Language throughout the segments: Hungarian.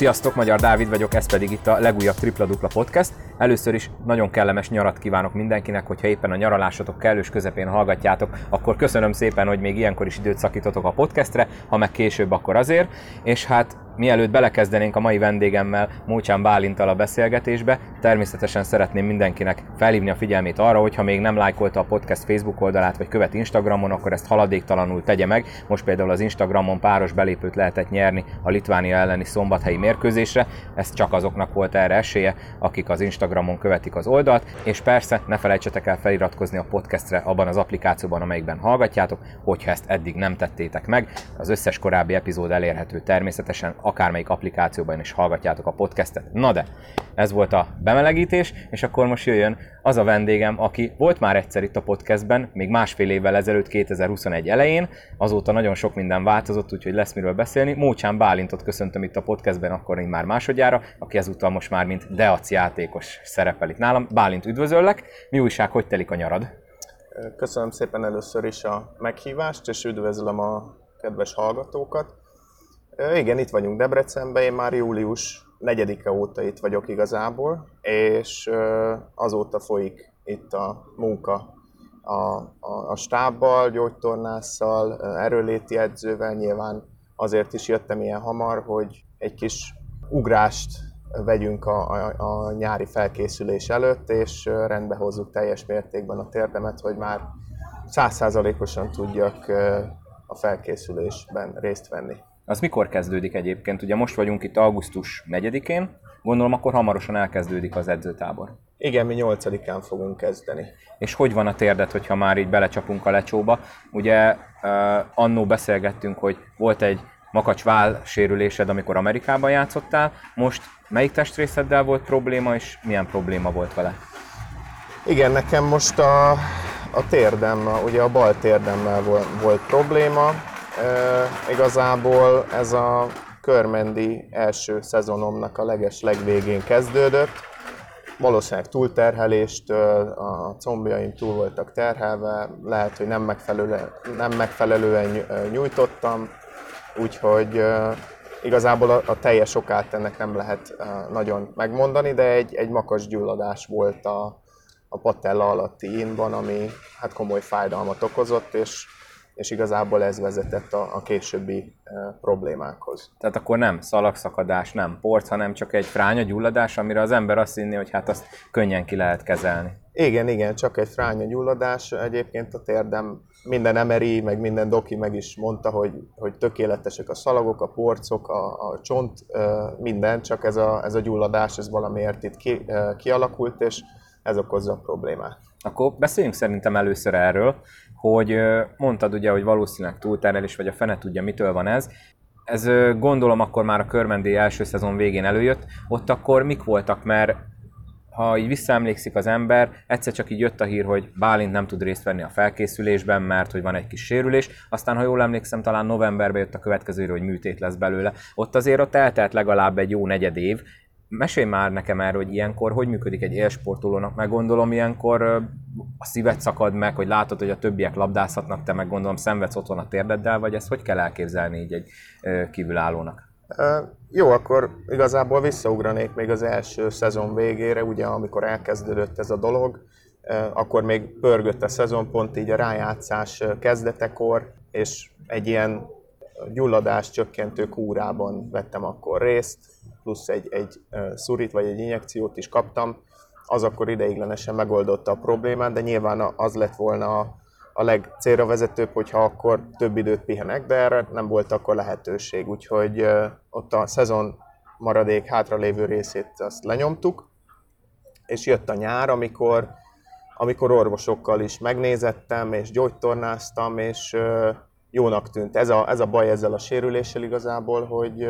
Sziasztok, Magyar Dávid vagyok, ez pedig itt a legújabb Tripla Dupla Podcast. Először is nagyon kellemes nyarat kívánok mindenkinek, hogyha éppen a nyaralásotok kellős közepén hallgatjátok, akkor köszönöm szépen, hogy még ilyenkor is időt szakítotok a podcastre, ha meg később, akkor azért. És hát mielőtt belekezdenénk a mai vendégemmel, Mócsán Bálinttal a beszélgetésbe, természetesen szeretném mindenkinek felhívni a figyelmét arra, hogy ha még nem lájkolta a podcast Facebook oldalát, vagy követ Instagramon, akkor ezt haladéktalanul tegye meg. Most például az Instagramon páros belépőt lehetett nyerni a Litvánia elleni szombathelyi mérkőzésre. Ez csak azoknak volt erre esélye, akik az Instagramon követik az oldalt, és persze ne felejtsetek el feliratkozni a podcastre abban az applikációban, amelyikben hallgatjátok, hogyha ezt eddig nem tettétek meg. Az összes korábbi epizód elérhető természetesen akármelyik applikációban is hallgatjátok a podcastet. Na de, ez volt a bemelegítés, és akkor most jöjjön az a vendégem, aki volt már egyszer itt a podcastben, még másfél évvel ezelőtt, 2021 elején, azóta nagyon sok minden változott, úgyhogy lesz miről beszélni. Mócsán Bálintot köszöntöm itt a podcastben, akkor én már másodjára, aki ezúttal most már mint Deac játékos szerepel itt nálam. Bálint, üdvözöllek! Mi újság, hogy telik a nyarad? Köszönöm szépen először is a meghívást, és üdvözlöm a kedves hallgatókat. Igen, itt vagyunk Debrecenben, én már július 4-e óta itt vagyok igazából, és azóta folyik itt a munka a stábbal, gyógytornásszal, erőléti edzővel. Nyilván azért is jöttem ilyen hamar, hogy egy kis ugrást vegyünk a nyári felkészülés előtt, és rendbe hozzuk teljes mértékben a térdemet, hogy már 100%-osan tudjak a felkészülésben részt venni. Az mikor kezdődik egyébként? Ugye most vagyunk itt augusztus 4-én, gondolom akkor hamarosan elkezdődik az edzőtábor. Igen, mi 8-án fogunk kezdeni. És hogy van a térdet, hogyha már így belecsapunk a lecsóba? Ugye annó beszélgettünk, hogy volt egy makacs vállsérülésed, amikor Amerikában játszottál. Most melyik testrészeddel volt probléma, és milyen probléma volt vele? Igen, nekem most a térdem, ugye a bal térdemmel volt probléma. Igazából ez a körmendi első szezonomnak a legvégén kezdődött. Valószínűleg túlterheléstől, a combjaim túl voltak terhelve, lehet, hogy nem megfelelően nyújtottam, úgyhogy igazából a teljes okát ennek nem lehet nagyon megmondani, de egy makasgyulladás volt a patella alatti ínban, ami hát komoly fájdalmat okozott, és igazából ez vezetett a későbbi problémákhoz. Tehát akkor nem szalagszakadás, nem porc, hanem csak egy frányagyulladás, amire az ember azt hinné, hogy hát azt könnyen ki lehet kezelni. Igen, csak egy frányagyulladás. Egyébként a térdem minden MRI, meg minden doki meg is mondta, hogy tökéletesek a szalagok, a porcok, a csont, minden, csak ez a gyulladás, ez valamiért itt kialakult, és ez okozza a problémát. Akkor beszéljünk szerintem először erről, hogy mondtad ugye, hogy valószínűleg túlterhelés, vagy a fene tudja, mitől van ez. Ez gondolom akkor már a körmendi első szezon végén előjött. Ott akkor mik voltak, mert ha így visszaemlékszik az ember, egyszer csak így jött a hír, hogy Bálint nem tud részt venni a felkészülésben, mert hogy van egy kis sérülés. Aztán, ha jól emlékszem, talán novemberben jött a következő, hogy műtét lesz belőle. Ott eltelt legalább egy jó negyed év. Mesélj már nekem erről, hogy ilyenkor hogy működik egy élsportolónak, meg gondolom ilyenkor a szíved szakad meg, hogy látod, hogy a többiek labdázhatnak, te meg gondolom szenvedsz otthon a térdeddel, vagy ezt hogy kell elképzelni így egy kívülállónak? Jó, akkor igazából visszaugranék még az első szezon végére, ugye amikor elkezdődött ez a dolog, akkor még pörgött a szezon, pont így a rájátszás kezdetekor, és egy ilyen gyulladás csökkentő kúrában vettem akkor részt, plusz egy szurit vagy egy injekciót is kaptam. Az akkor ideiglenesen megoldotta a problémát, de nyilván az lett volna a legcélra vezetőbb, hogyha akkor több időt pihenek, de erre nem volt akkor lehetőség. Úgyhogy ott a szezon maradék hátralévő részét azt lenyomtuk, és jött a nyár, amikor orvosokkal is megnézettem, és gyógytornáztam, és jónak tűnt. Ez a baj ezzel a sérüléssel igazából,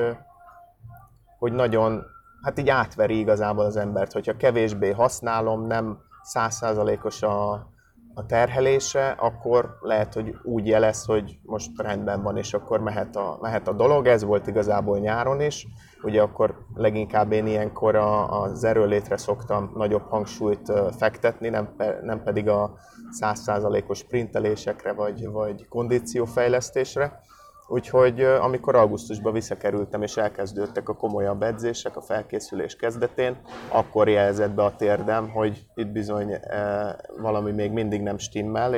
hogy nagyon, hát így átveri igazából az embert, hogyha kevésbé használom, nem 100%-os a terhelése, akkor lehet, hogy úgy jelez, hogy most rendben van, és akkor mehet a dolog. Ez volt igazából nyáron is. Ugye akkor leginkább én ilyenkor az erőlétre szoktam nagyobb hangsúlyt fektetni, nem pedig a 100%-os sprintelésekre vagy kondíciófejlesztésre. Úgyhogy amikor augusztusban visszakerültem és elkezdődtek a komolyabb edzések a felkészülés kezdetén, akkor jelzett be a térdem, hogy itt bizony valami még mindig nem stimmel,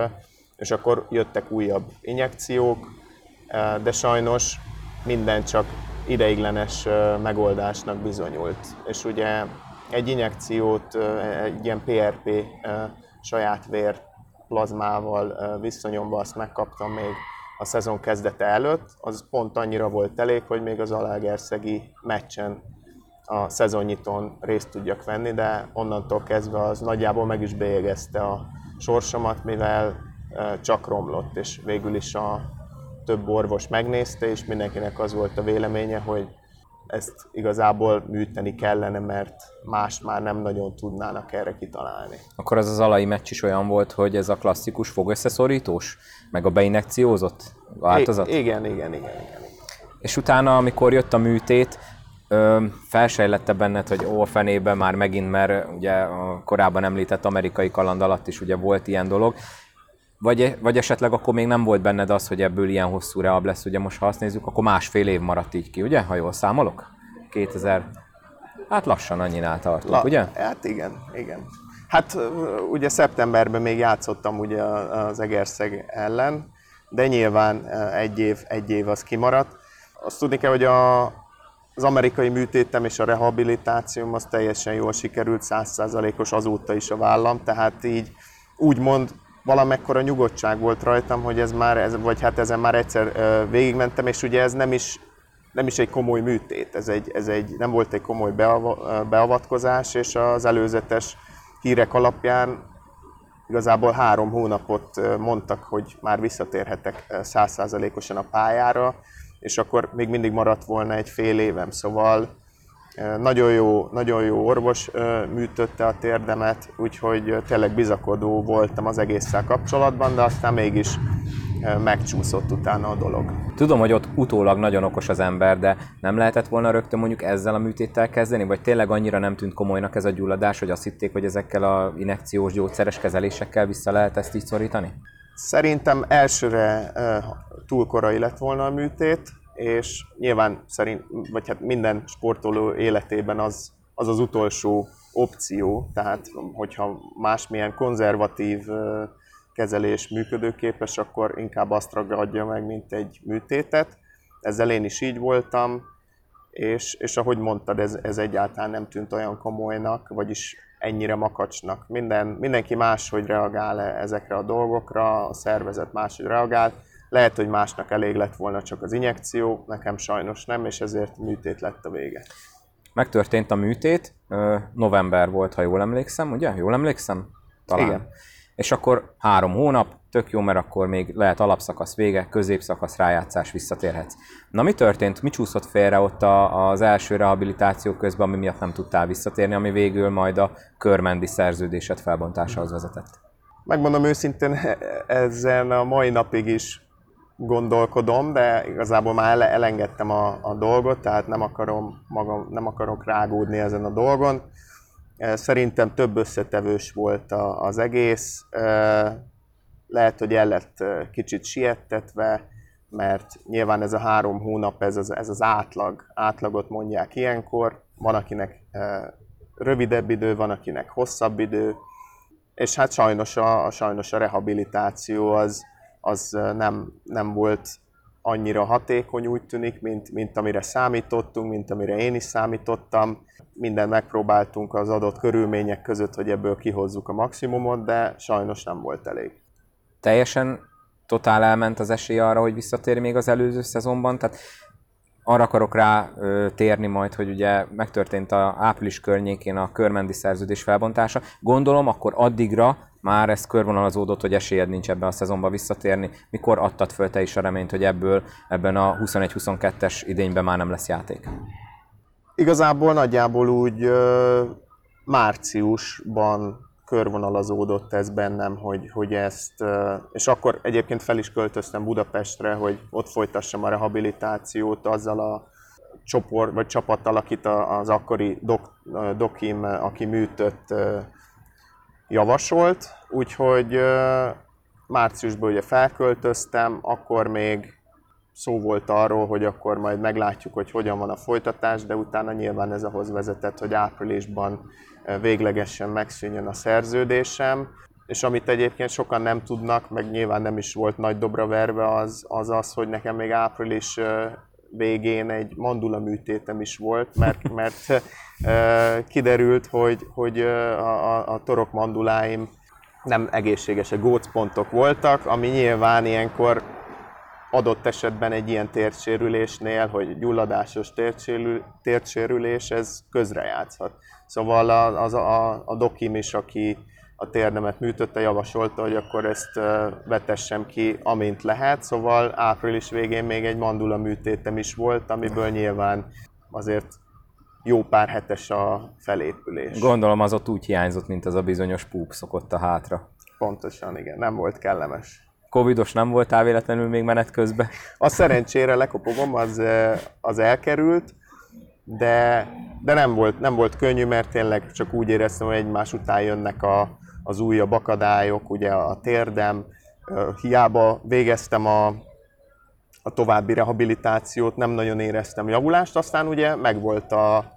és akkor jöttek újabb injekciók, de sajnos minden csak ideiglenes megoldásnak bizonyult. És ugye egy injekciót, egy ilyen PRP saját vér plazmával visszanyomva azt megkaptam még a szezon kezdete előtt, az pont annyira volt elég, hogy még az zalaegerszegi meccsen a szezonnyitón részt tudjak venni, de onnantól kezdve az nagyjából meg is bélyegezte a sorsomat, mivel csak romlott, és végül is a több orvos megnézte, és mindenkinek az volt a véleménye, hogy ezt igazából műteni kellene, mert mást már nem nagyon tudnának erre kitalálni. Akkor az zalai meccs is olyan volt, hogy ez a klasszikus fogösszeszorítós, meg a beinjekciózott változat? Igen. És utána, amikor jött a műtét, felsejlette benned, hogy a fenében már megint, mert ugye a korábban említett amerikai kaland alatt is ugye volt ilyen dolog, vagy esetleg akkor még nem volt benned az, hogy ebből ilyen hosszú rehab lesz, ugye most ha azt nézzük, akkor 1,5 év maradt így ki, ugye, ha jól számolok? 2000, hát lassan annyinál tartunk, ugye? Hát igen. Hát ugye szeptemberben még játszottam ugye az Egerszeg ellen, de nyilván egy év az kimaradt. Azt tudni kell, hogy az amerikai műtétem és a rehabilitációm az teljesen jól sikerült, 100%-os azóta is a vállam, tehát így úgymond valamekkora nyugodtság volt rajtam, hogy ezen már egyszer végigmentem, és ugye ez nem is egy komoly műtét, ez nem volt egy komoly beavatkozás, és az előzetes hírek alapján igazából 3 hónapot mondtak, hogy már visszatérhetek 100%-osan a pályára, és akkor még mindig maradt volna egy fél évem, szóval nagyon jó orvos műtötte a térdemet, úgyhogy tényleg bizakodó voltam az egésszel kapcsolatban, de aztán mégis megcsúszott utána a dolog. Tudom, hogy ott utólag nagyon okos az ember, de nem lehetett volna rögtön mondjuk ezzel a műtéttel kezdeni, vagy tényleg annyira nem tűnt komolynak ez a gyulladás, hogy azt hitték, hogy ezekkel a injekciós gyógyszeres kezelésekkel vissza lehet ezt így szorítani? Szerintem elsőre túl korai lett volna a műtét, és nyilván minden sportoló életében az utolsó opció, tehát hogyha másmilyen konzervatív kezelés működőképes, akkor inkább azt ragadja meg, mint egy műtétet. Ezzel én is így voltam, és ahogy mondtad, ez egyáltalán nem tűnt olyan komolynak, vagyis ennyire makacsnak. Mindenki máshogy reagál ezekre a dolgokra, a szervezet máshogy reagál. Lehet, hogy másnak elég lett volna csak az injekció, nekem sajnos nem, és ezért műtét lett a vége. Megtörtént a műtét, november volt, ha jól emlékszem, ugye? Jól emlékszem? Talán. Igen. És akkor 3 hónap, tök jó, mert akkor még lehet alapszakasz vége, középszakasz rájátszás, visszatérhetsz. Na mi történt? Mi csúszott félre ott az első rehabilitáció közben, ami miatt nem tudtál visszatérni, ami végül majd a körmendi szerződésed felbontásához vezetett? Megmondom őszintén, ezen a mai napig is gondolkodom, de igazából már elengedtem a dolgot, tehát nem akarok rágódni ezen a dolgon. Szerintem több összetevős volt az egész. Lehet, hogy el lett kicsit siettetve, mert nyilván ez a 3 hónap, ez az átlagot mondják ilyenkor. Van, akinek rövidebb idő, van, akinek hosszabb idő, és hát sajnos a rehabilitáció az nem volt annyira hatékony, úgy tűnik, mint amire számítottunk, mint amire én is számítottam. Mindent megpróbáltunk az adott körülmények között, hogy ebből kihozzuk a maximumot, de sajnos nem volt elég. Teljesen totál elment az esély arra, hogy visszatérj még az előző szezonban, tehát arra akarok rá térni majd, hogy ugye megtörtént a április környékén a körmendi szerződés felbontása. Gondolom, akkor addigra már ez körvonalazódott, hogy esélyed nincs ebben a szezonban visszatérni. Mikor adtad föl te is a reményt, hogy ebben a 21-22-es idényben már nem lesz játék? Igazából nagyjából úgy márciusban körvonalazódott ez bennem, hogy ezt, és akkor egyébként fel is költöztem Budapestre, hogy ott folytassam a rehabilitációt azzal a csapattal, akit az akkori dokim, aki műtött, javasolt. Úgyhogy márciusban ugye felköltöztem, akkor még szó volt arról, hogy akkor majd meglátjuk, hogy hogyan van a folytatás, de utána nyilván ez ahhoz vezetett, hogy áprilisban véglegesen megszűnjön a szerződésem, és amit egyébként sokan nem tudnak, meg nyilván nem is volt nagy dobra verve, az, hogy nekem még április végén egy mandulaműtétem is volt, mert kiderült, hogy a torokmanduláim nem egészségesek, gócpontok voltak, ami nyilván ilyenkor adott esetben egy ilyen térsérülésnél, hogy gyulladásos térsérülés, ez közrejátszhat. Szóval a dokim is, aki a térdemet műtötte, javasolta, hogy akkor ezt vetessem ki, amint lehet. Szóval április végén még egy mandula műtétem is volt, amiből nyilván azért jó pár hetes a felépülés. Gondolom az ott úgy hiányzott, mint az a bizonyos púp szokott a hátra. Pontosan, igen. Nem volt kellemes. Covidos nem voltál véletlenül még menet közben? A szerencsére lekopogom, az elkerült, de nem volt könnyű, mert tényleg csak úgy éreztem, hogy egymás után jönnek az újabb akadályok, ugye a térdem, hiába végeztem a további rehabilitációt, nem nagyon éreztem javulást, aztán ugye megvolt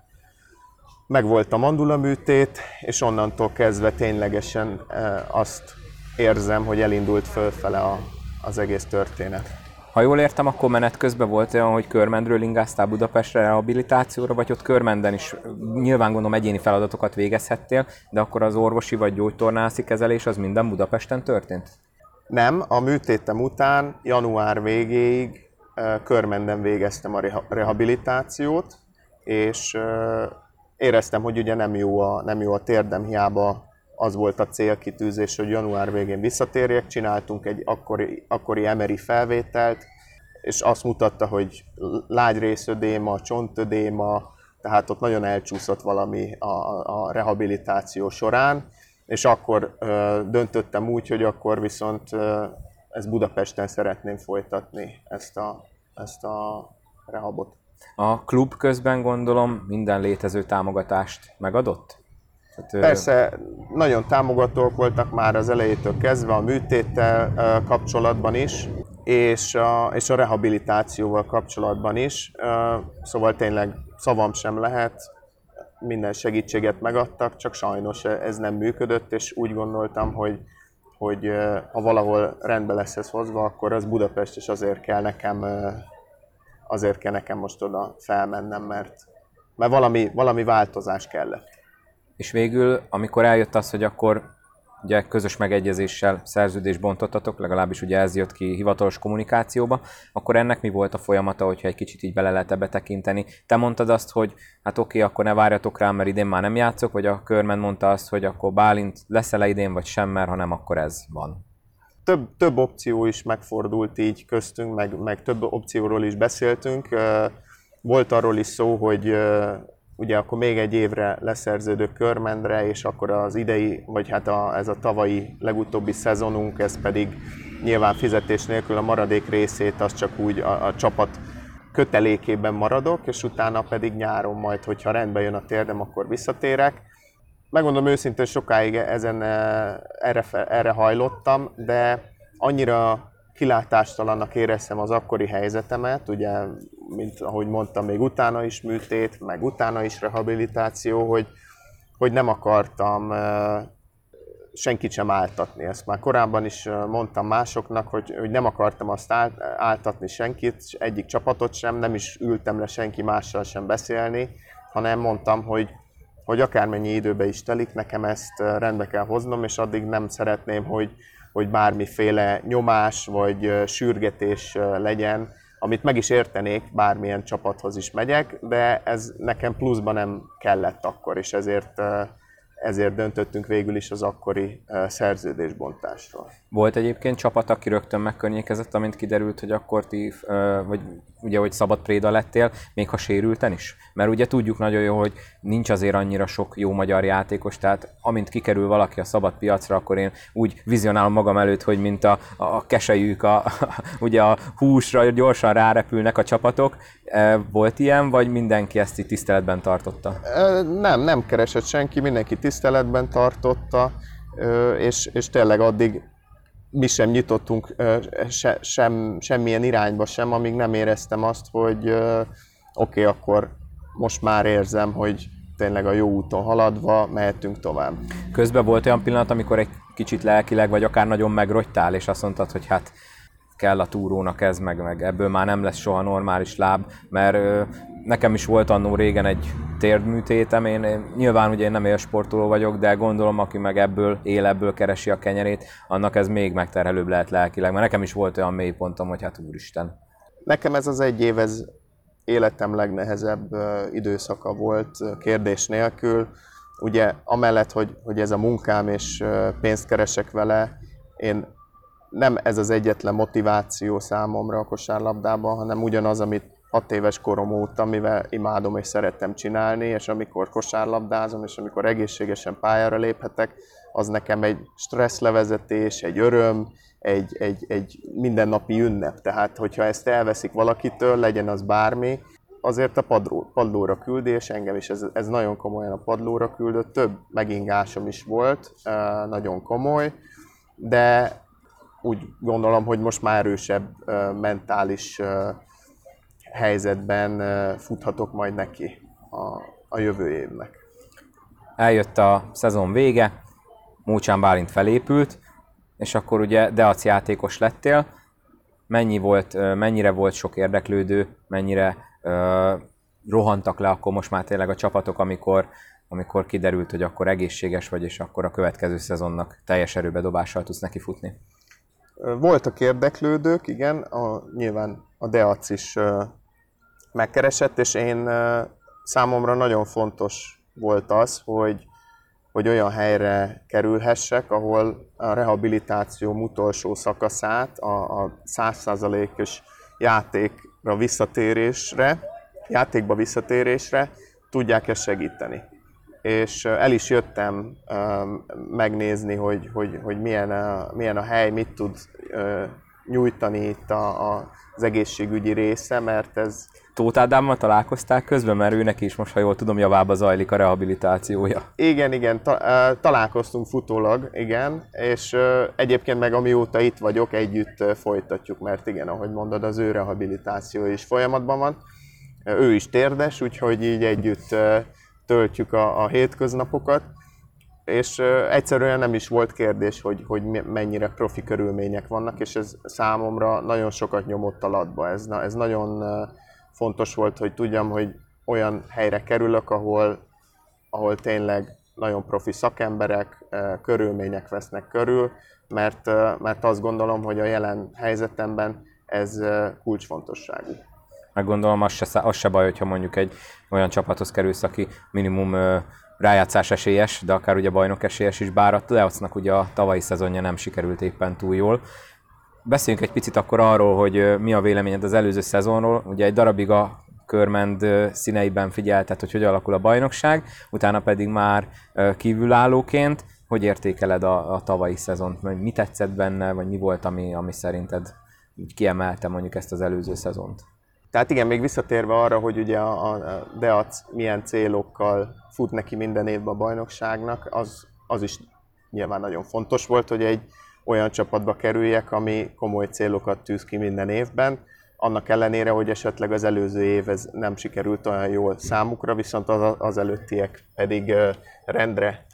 a mandulaműtét, és onnantól kezdve ténylegesen azt érzem, hogy elindult fölfele az egész történet. Ha jól értem, akkor menet közben volt olyan, hogy Körmendről ingáztál Budapestre rehabilitációra, vagy ott Körmenden is nyilván gondolom egyéni feladatokat végezhettél, de akkor az orvosi vagy gyógytornászi kezelés az minden Budapesten történt? Nem, a műtétem után január végéig Körmenden végeztem a rehabilitációt, és éreztem, hogy ugye nem jó a térdem, hiába az volt a célkitűzés, hogy január végén visszatérjek, csináltunk egy akkori MRI felvételt, és azt mutatta, hogy lágyrészödéma, csontödéma, tehát ott nagyon elcsúszott valami a rehabilitáció során, és akkor döntöttem úgy, hogy akkor viszont ezt Budapesten szeretném folytatni, ezt a rehabot. A klub közben gondolom minden létező támogatást megadott? Persze, nagyon támogatók voltak már az elejétől kezdve a műtéttel kapcsolatban is, és a rehabilitációval kapcsolatban is. Szóval tényleg szavam sem lehet, minden segítséget megadtak, csak sajnos ez nem működött, és úgy gondoltam, hogy ha valahol rendbe lesz ez hozva, akkor az Budapest, és azért kell nekem most oda felmennem, mert valami változás kellett. És végül, amikor eljött az, hogy akkor ugye közös megegyezéssel szerződést bontottatok, legalábbis ugye ez jött ki hivatalos kommunikációba, akkor ennek mi volt a folyamata, hogyha egy kicsit így bele lehet ebbe tekinteni? Te mondtad azt, hogy hát oké, akkor ne várjatok rám, mert idén már nem játszok, vagy a Körmen mondta azt, hogy akkor Bálint leszel-e idén, vagy sem, mert ha nem, akkor ez van. Több opció is megfordult így köztünk, meg több opcióról is beszéltünk. Volt arról is szó, hogy ugye akkor még egy évre leszerződök Körmendre, és akkor az idei, vagy hát ez a tavalyi legutóbbi szezonunk, ez pedig nyilván fizetés nélkül a maradék részét, az csak úgy a csapat kötelékében maradok, és utána pedig nyáron majd, hogyha rendbe jön a térdem, akkor visszatérek. Megmondom őszintén, sokáig erre hajlottam, de annyira kilátástalannak éreztem az akkori helyzetemet, ugye, mint ahogy mondtam, még utána is műtét, meg utána is rehabilitáció, hogy nem akartam senkit sem áltatni. Ezt már korábban is mondtam másoknak, hogy nem akartam azt áltatni senkit, egyik csapatot sem, nem is ültem le senki mással sem beszélni, hanem mondtam, hogy akármennyi időbe is telik, nekem ezt rendbe kell hoznom, és addig nem szeretném, hogy bármiféle nyomás vagy sürgetés legyen, amit meg is értenék, bármilyen csapathoz is megyek, de ez nekem pluszban nem kellett akkor, és ezért döntöttünk végül is az akkori szerződésbontásról. Volt egyébként csapat, aki rögtön megkörnyékezett, amint kiderült, hogy akkor ti, vagy ugye, hogy szabad préda lettél, még ha sérülten is? Mert ugye tudjuk nagyon jó, hogy nincs azért annyira sok jó magyar játékos, tehát amint kikerül valaki a szabad piacra, akkor én úgy vizionálom magam előtt, hogy mint a keselyűk, ugye a húsra gyorsan rárepülnek a csapatok. Volt ilyen, vagy mindenki ezt így tiszteletben tartotta? Nem keresett senki, mindenki tiszteletben tartotta, és tényleg mi sem nyitottunk semmilyen irányba sem, amíg nem éreztem azt, hogy oké, akkor most már érzem, hogy tényleg a jó úton haladva mehetünk tovább. Közben volt olyan pillanat, amikor egy kicsit lelkileg, vagy akár nagyon megrogytál, és azt mondtad, hogy hát kell a túrónak ez, meg ebből már nem lesz soha normális láb, mert nekem is volt annó régen egy térdműtétem, nyilván ugye én nem élsportoló vagyok, de gondolom, aki meg ebből keresi a kenyerét, annak ez még megterhelőbb lehet lelkileg, mert nekem is volt olyan mélypontom, hogy hát úristen. Nekem ez az egy év, ez életem legnehezebb időszaka volt, kérdés nélkül. Ugye amellett, hogy ez a munkám és pénzt keresek vele, én nem ez az egyetlen motiváció számomra a kosárlabdában, hanem ugyanaz, amit 6 éves korom óta, mivel imádom és szeretem csinálni, és amikor kosárlabdázom, és amikor egészségesen pályára léphetek, az nekem egy stresszlevezetés, egy öröm, egy mindennapi ünnep. Tehát, hogyha ezt elveszik valakitől, legyen az bármi, azért a padlóra küldi, és engem is ez nagyon komolyan a padlóra küldött. Több megingásom is volt, nagyon komoly, de úgy gondolom, hogy most már erősebb mentális helyzetben futhatok majd neki a jövő évnek. Eljött a szezon vége, Mócsán Bálint felépült, és akkor ugye Deac játékos lettél. Mennyire volt sok érdeklődő, mennyire rohantak le akkor most már tényleg a csapatok, amikor kiderült, hogy akkor egészséges vagy, és akkor a következő szezonnak teljes erőbedobással tudsz neki futni? Voltak érdeklődők, igen, nyilván a Deac is megkeresett, és számomra nagyon fontos volt az, hogy olyan helyre kerülhessek, ahol a rehabilitációm utolsó szakaszát a 100%-os játékba visszatérésre tudják ezt segíteni. És el is jöttem megnézni, hogy milyen a hely, mit tud nyújtani itt az egészségügyi része, mert ez... Tóth Ádámmal találkoztál közben, mert ő neki is most, ha jól tudom, javába zajlik a rehabilitációja. Igen, találkoztunk futólag, igen, és egyébként meg amióta itt vagyok, együtt folytatjuk, mert igen, ahogy mondod, az ő rehabilitáció is folyamatban van. Ő is térdes, úgyhogy így együtt töltjük a hétköznapokat, és egyszerűen nem is volt kérdés, hogy mennyire profi körülmények vannak, és ez számomra nagyon sokat nyomott a latba. Ez nagyon fontos volt, hogy tudjam, hogy olyan helyre kerülök, ahol tényleg nagyon profi szakemberek, körülmények vesznek körül, mert azt gondolom, hogy a jelen helyzetemben ez kulcsfontosságú. Meg gondolom, az se baj, hogyha mondjuk egy olyan csapathoz kerülsz, aki minimum rájátszás esélyes, de akár ugye bajnok esélyes is, bár a Deacnak ugye a tavalyi szezonja nem sikerült éppen túl jól. Beszéljünk egy picit akkor arról, hogy mi a véleményed az előző szezonról. Ugye egy darabig a Körmend színeiben figyelted, hogy alakul a bajnokság, utána pedig már kívülállóként. Hogy értékeled a tavalyi szezont? Mi tetszett benne, vagy mi volt, ami szerinted kiemelte mondjuk ezt az előző szezont? Tehát igen, még visszatérve arra, hogy ugye a Deac milyen célokkal fut neki minden évben a bajnokságnak, az is nyilván nagyon fontos volt, hogy egy olyan csapatba kerüljek, ami komoly célokat tűz ki minden évben. Annak ellenére, hogy esetleg az előző év ez nem sikerült olyan jól számukra, viszont az előttiek pedig rendre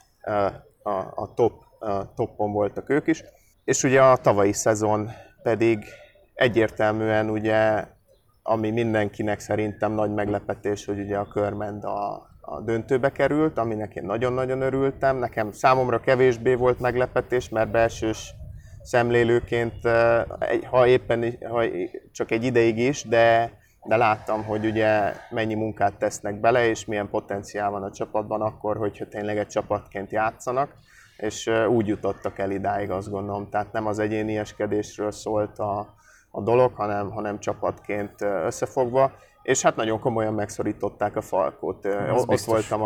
a toppon voltak ők is. És ugye a tavalyi szezon pedig egyértelműen ugye, ami mindenkinek szerintem nagy meglepetés, hogy ugye a Körmend a döntőbe került, aminek én nagyon-nagyon örültem. Számomra kevésbé volt meglepetés, mert belsős szemlélőként, ha csak egy ideig is, de láttam, hogy ugye mennyi munkát tesznek bele, és milyen potenciál van a csapatban akkor, hogyha tényleg egy csapatként játszanak, és úgy jutottak el idáig, azt gondolom. Tehát nem az egyénieskedésről szólt a dolog, hanem csapatként összefogva, és hát nagyon komolyan megszorították a Falkót. Ott voltam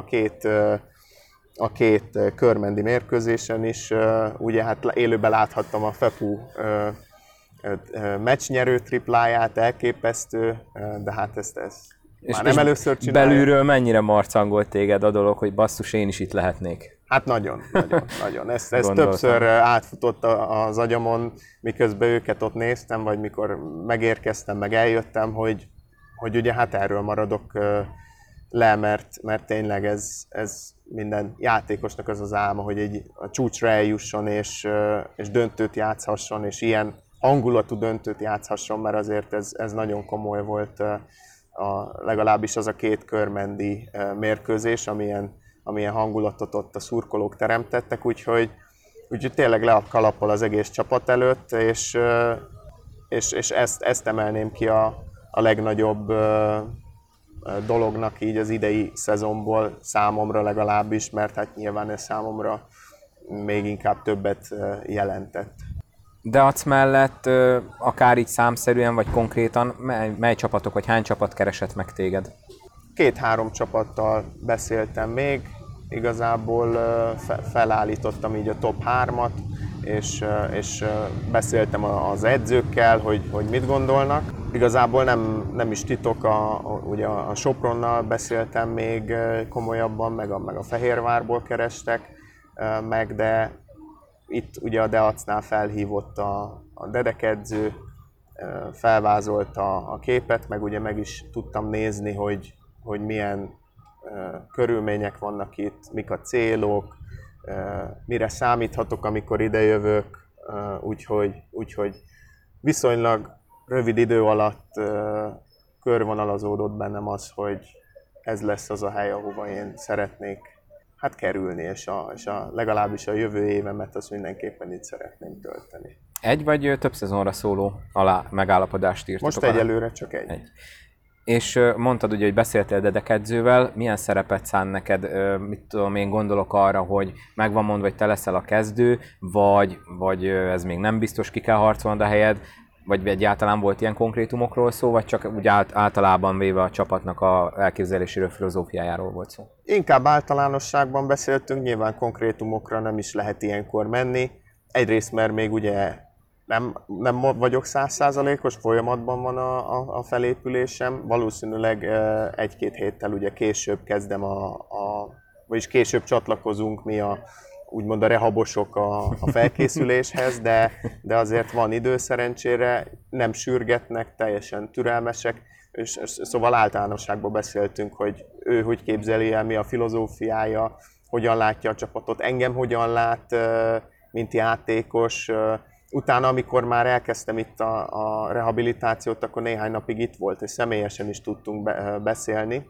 a két körmendi mérkőzésen is, ugye hát élőben láthattam a Fepu meccsnyerő tripláját, elképesztő, de hát ezt Már nem először csinálja. Belülről mennyire marcangolt téged a dolog, hogy basszus, én is itt lehetnék? Hát nagyon. Ez többször átfutott az agyamon, miközben őket ott néztem, vagy mikor megérkeztem, meg eljöttem, hogy ugye hát erről maradok le, mert tényleg ez minden játékosnak az álma, hogy a csúcsra eljusson, és döntőt játszhasson, és ilyen hangulatú döntőt játszhasson, mert azért ez nagyon komoly volt, legalábbis az a 2 körmendi mérkőzés, amilyen hangulatot ott a szurkolók teremtettek, úgyhogy tényleg le a kalappal az egész csapat előtt, és ezt emelném ki a legnagyobb dolognak így az idei szezonból számomra legalábbis, mert hát nyilván ez számomra még inkább többet jelentett. De azt mellett akár így számszerűen vagy konkrétan mely csapatok vagy hány csapat keresett meg téged? 2-3 csapattal beszéltem még, igazából felállítottam így a top 3-at, és beszéltem az edzőkkel, hogy mit gondolnak. Igazából nem is titok, ugye a Sopronnal beszéltem még komolyabban, meg a Fehérvárból kerestek meg, de itt ugye a Deacnál felhívott a Dedek edző, felvázolta a képet, meg ugye meg is tudtam nézni, hogy milyen körülmények vannak itt, mik a célok, mire számíthatok, amikor idejövök, úgyhogy viszonylag rövid idő alatt körvonalazódott bennem az, hogy ez lesz az a hely, ahova én szeretnék kerülni, és legalábbis a jövő évemet azt mindenképpen itt szeretném tölteni. Egy vagy több szezonra szóló megállapodást írtatok? Most egyelőre csak egy. És mondtad ugye, hogy beszéltél Dedek edzővel, milyen szerepet szán neked, mit tudom én, gondolok arra, hogy megvan mondva, hogy te leszel a kezdő, vagy ez még nem biztos, ki kell harcolnod a helyed, vagy egyáltalán volt ilyen konkrétumokról szó, vagy csak úgy általában véve a csapatnak a elképzeléséről, filozófiájáról volt szó? Inkább általánosságban beszéltünk, nyilván konkrétumokra nem is lehet ilyenkor menni. Egyrészt, mert még ugye nem vagyok 100%-os, folyamatban van a felépülésem. Valószínűleg 1-2 héttel ugye később kezdem vagyis később csatlakozunk mi úgymond a rehabosok a felkészüléshez, de azért van idő szerencsére, nem sürgetnek, teljesen türelmesek, és szóval általánosságban beszéltünk, hogy ő hogy képzeli el, mi a filozófiája, hogyan látja a csapatot, engem hogyan lát, mint játékos. Utána, amikor már elkezdtem itt a rehabilitációt, akkor néhány napig itt volt, és személyesen is tudtunk beszélni.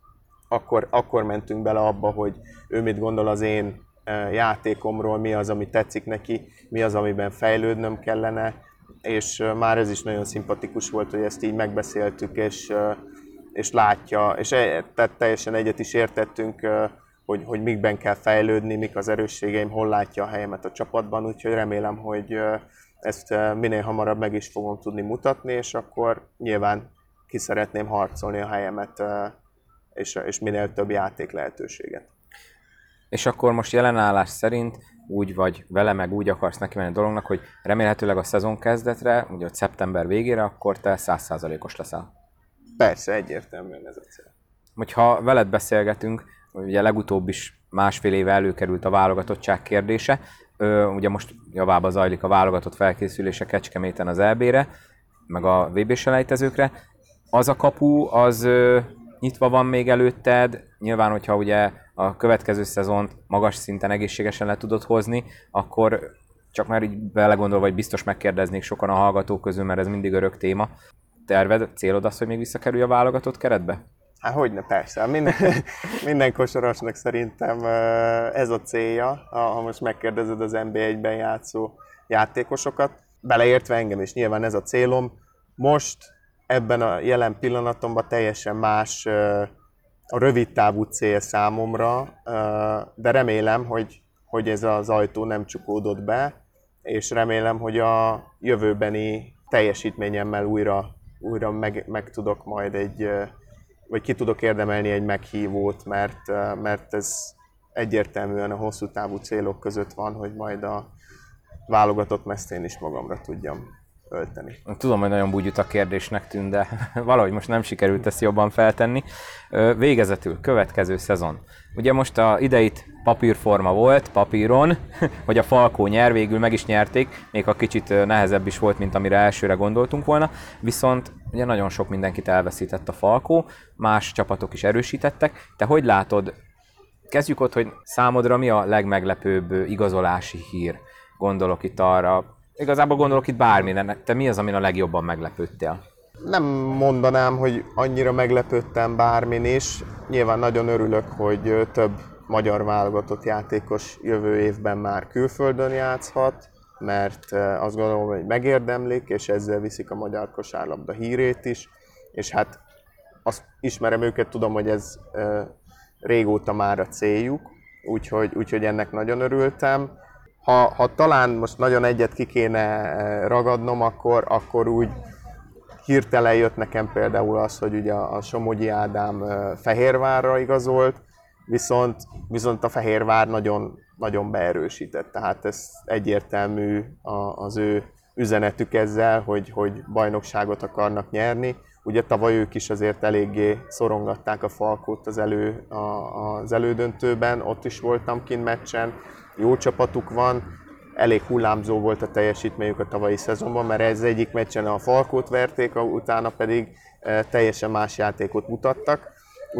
Akkor mentünk bele abba, hogy ő mit gondol az én játékomról, mi az, ami tetszik neki, mi az, amiben fejlődnöm kellene, és már ez is nagyon szimpatikus volt, hogy ezt így megbeszéltük, és látja, és tehát teljesen egyet is értettünk, hogy mikben kell fejlődni, mik az erősségeim, hol látja a helyemet a csapatban, úgyhogy remélem, hogy ezt minél hamarabb meg is fogom tudni mutatni, és akkor nyilván ki szeretném harcolni a helyemet, és minél több játék lehetőséget. És akkor most jelenállás szerint úgy vagy vele, meg úgy akarsz neki menni a dolognak, hogy remélhetőleg a szezon kezdetre, ugye ott szeptember végére, akkor te 100%-os leszel. Persze, egyértelműen ez a cél. Hogyha veled beszélgetünk, ugye legutóbb is másfél éve előkerült a válogatottság kérdése, ugye most javába zajlik a válogatott felkészülése Kecskeméten az EB-re, meg a VB-selejtezőkre. Az a kapu, az nyitva van még előtted, nyilván, hogyha ugye a következő szezont magas szinten egészségesen le tudod hozni, akkor csak már így belegondolva, vagy biztos megkérdeznék sokan a hallgatók közül, mert ez mindig örök téma. Terved, célod az, hogy még visszakerülj a válogatott keretbe? Hát hogyne, persze. Minden kosarasnak szerintem ez a célja, ha most megkérdezed az NB1-ben játszó játékosokat. Beleértve engem is, nyilván ez a célom. Most ebben a jelen pillanatomban teljesen más a rövid távú cél számomra, de remélem, hogy ez az ajtó nem csukódott be, és remélem, hogy a jövőbeni teljesítményemmel újra meg tudok majd vagy ki tudok érdemelni egy meghívót, mert ez egyértelműen a hosszú távú célok között van, hogy majd a válogatott meztén is magamra tudjam ölteni. Tudom, hogy nagyon búgyutak kérdésnek tűnt, de valahogy most nem sikerült ezt jobban feltenni. Végezetül, következő szezon. Ugye most a ideit papírforma volt, papíron, hogy a Falkó nyer, végül meg is nyerték, még a kicsit nehezebb is volt, mint amire elsőre gondoltunk volna, viszont ugye nagyon sok mindenkit elveszített a Falkó, más csapatok is erősítettek. Te hogy látod, kezdjük ott, hogy számodra mi a legmeglepőbb igazolási hír? Gondolok itt arra, igazából gondolok itt bármire, te mi az, amin a legjobban meglepődtél? Nem mondanám, hogy annyira meglepődtem bármin is. Nyilván nagyon örülök, hogy több magyar válogatott játékos jövő évben már külföldön játszhat, mert azt gondolom, hogy megérdemlik, és ezzel viszik a magyar kosárlabda hírét is. És hát azt ismerem őket, tudom, hogy ez régóta már a céljuk, úgyhogy ennek nagyon örültem. Ha talán most nagyon egyet ki kéne ragadnom, akkor úgy hirtelen jött nekem például az, hogy ugye a Somogyi Ádám Fehérvárra igazolt, viszont a Fehérvár nagyon, nagyon beerősített. Tehát ez egyértelmű az ő üzenetük ezzel, hogy bajnokságot akarnak nyerni. Ugye tavaly ők is azért eléggé szorongatták a Falkót az elődöntőben, ott is voltam kint meccsen, jó csapatuk van, elég hullámzó volt a teljesítményük a tavalyi szezonban, mert ez egyik meccsen a Falkót verték, utána pedig teljesen más játékot mutattak,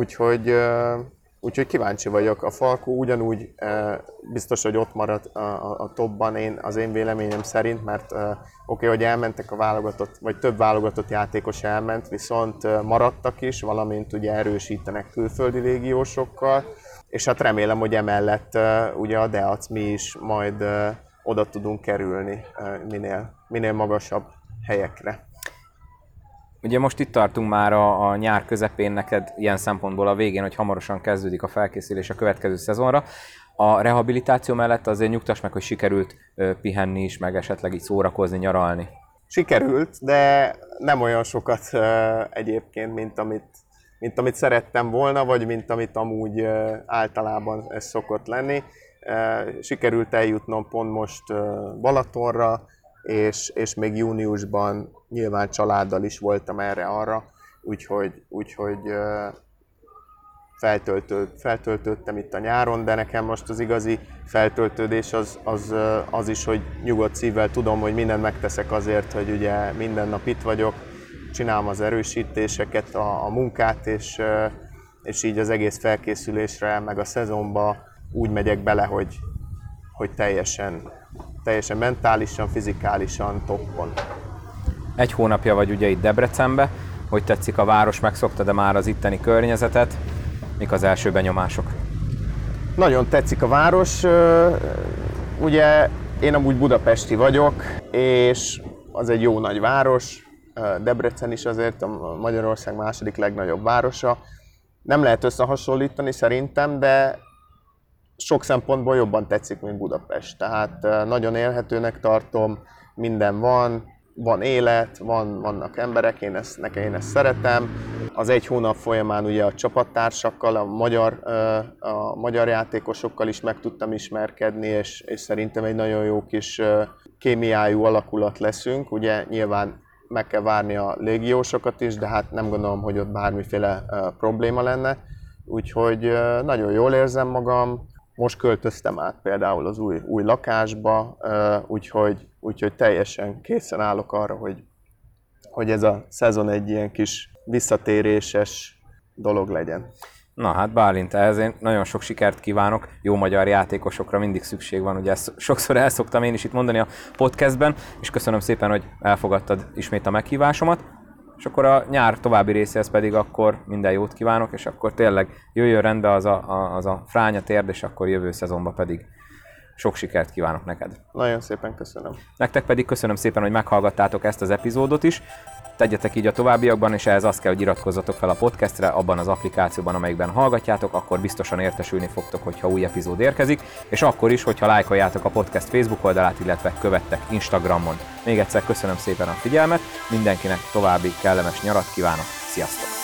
úgyhogy kíváncsi vagyok. A Falkó ugyanúgy biztos, hogy ott marad a topban az én véleményem szerint, mert oké, hogy elmentek a válogatott, vagy több válogatott játékos elment, viszont maradtak is, valamint ugye erősítenek külföldi légiósokkal, és hát remélem, hogy emellett ugye a Deac mi is majd oda tudunk kerülni minél magasabb helyekre. Ugye most itt tartunk már a nyár közepén, neked ilyen szempontból a végén, hogy hamarosan kezdődik a felkészülés a következő szezonra. A rehabilitáció mellett azért nyugtass meg, hogy sikerült pihenni is, meg esetleg így szórakozni, nyaralni. Sikerült, de nem olyan sokat egyébként, mint amit szerettem volna, vagy mint amit amúgy általában ez szokott lenni. Sikerült eljutnom pont most Balatonra, és még júniusban nyilván családdal is voltam erre-arra, úgyhogy feltöltöttem itt a nyáron, de nekem most az igazi feltöltődés az is, hogy nyugodt szívvel tudom, hogy mindent megteszek azért, hogy ugye minden nap itt vagyok, csinálom az erősítéseket, a munkát, és így az egész felkészülésre, meg a szezonba úgy megyek bele, hogy teljesen mentálisan, fizikálisan toppon. Egy hónapja vagy ugye itt Debrecenbe, hogy tetszik a város, megszoktad-e már az itteni környezetet? Mik az első benyomások? Nagyon tetszik a város, ugye én amúgy budapesti vagyok, és az egy jó nagy város, Debrecen is azért a Magyarország második legnagyobb városa. Nem lehet összehasonlítani szerintem, de sok szempontból jobban tetszik, mint Budapest. Tehát nagyon élhetőnek tartom, minden van élet, vannak emberek, én ezt szeretem. Az egy hónap folyamán ugye a csapattársakkal, a magyar játékosokkal is meg tudtam ismerkedni, és szerintem egy nagyon jó kis kémiájú alakulat leszünk. Ugye nyilván meg kell várni a légiósokat is, de hát nem gondolom, hogy ott bármiféle probléma lenne. Úgyhogy nagyon jól érzem magam. Most költöztem át például az új lakásba, úgyhogy teljesen készen állok arra, hogy ez a szezon egy ilyen kis visszatéréses dolog legyen. Na hát Bálint, ehhez én nagyon sok sikert kívánok, jó magyar játékosokra mindig szükség van, ugye ezt sokszor el szoktam én is itt mondani a podcastben, és köszönöm szépen, hogy elfogadtad ismét a meghívásomat. És akkor a nyár további részéhez pedig akkor minden jót kívánok, és akkor tényleg jöjjön rendbe az a fránya térd, és akkor jövő szezonban pedig sok sikert kívánok neked. Nagyon szépen köszönöm. Nektek pedig köszönöm szépen, hogy meghallgattátok ezt az epizódot is. Tegyetek így a továbbiakban, és ehhez azt kell, hogy iratkozzatok fel a podcastre, abban az applikációban, amelyikben hallgatjátok, akkor biztosan értesülni fogtok, hogyha új epizód érkezik, és akkor is, hogyha lájkoljátok a podcast Facebook oldalát, illetve követtek Instagramon. Még egyszer köszönöm szépen a figyelmet, mindenkinek további kellemes nyarat kívánok, sziasztok!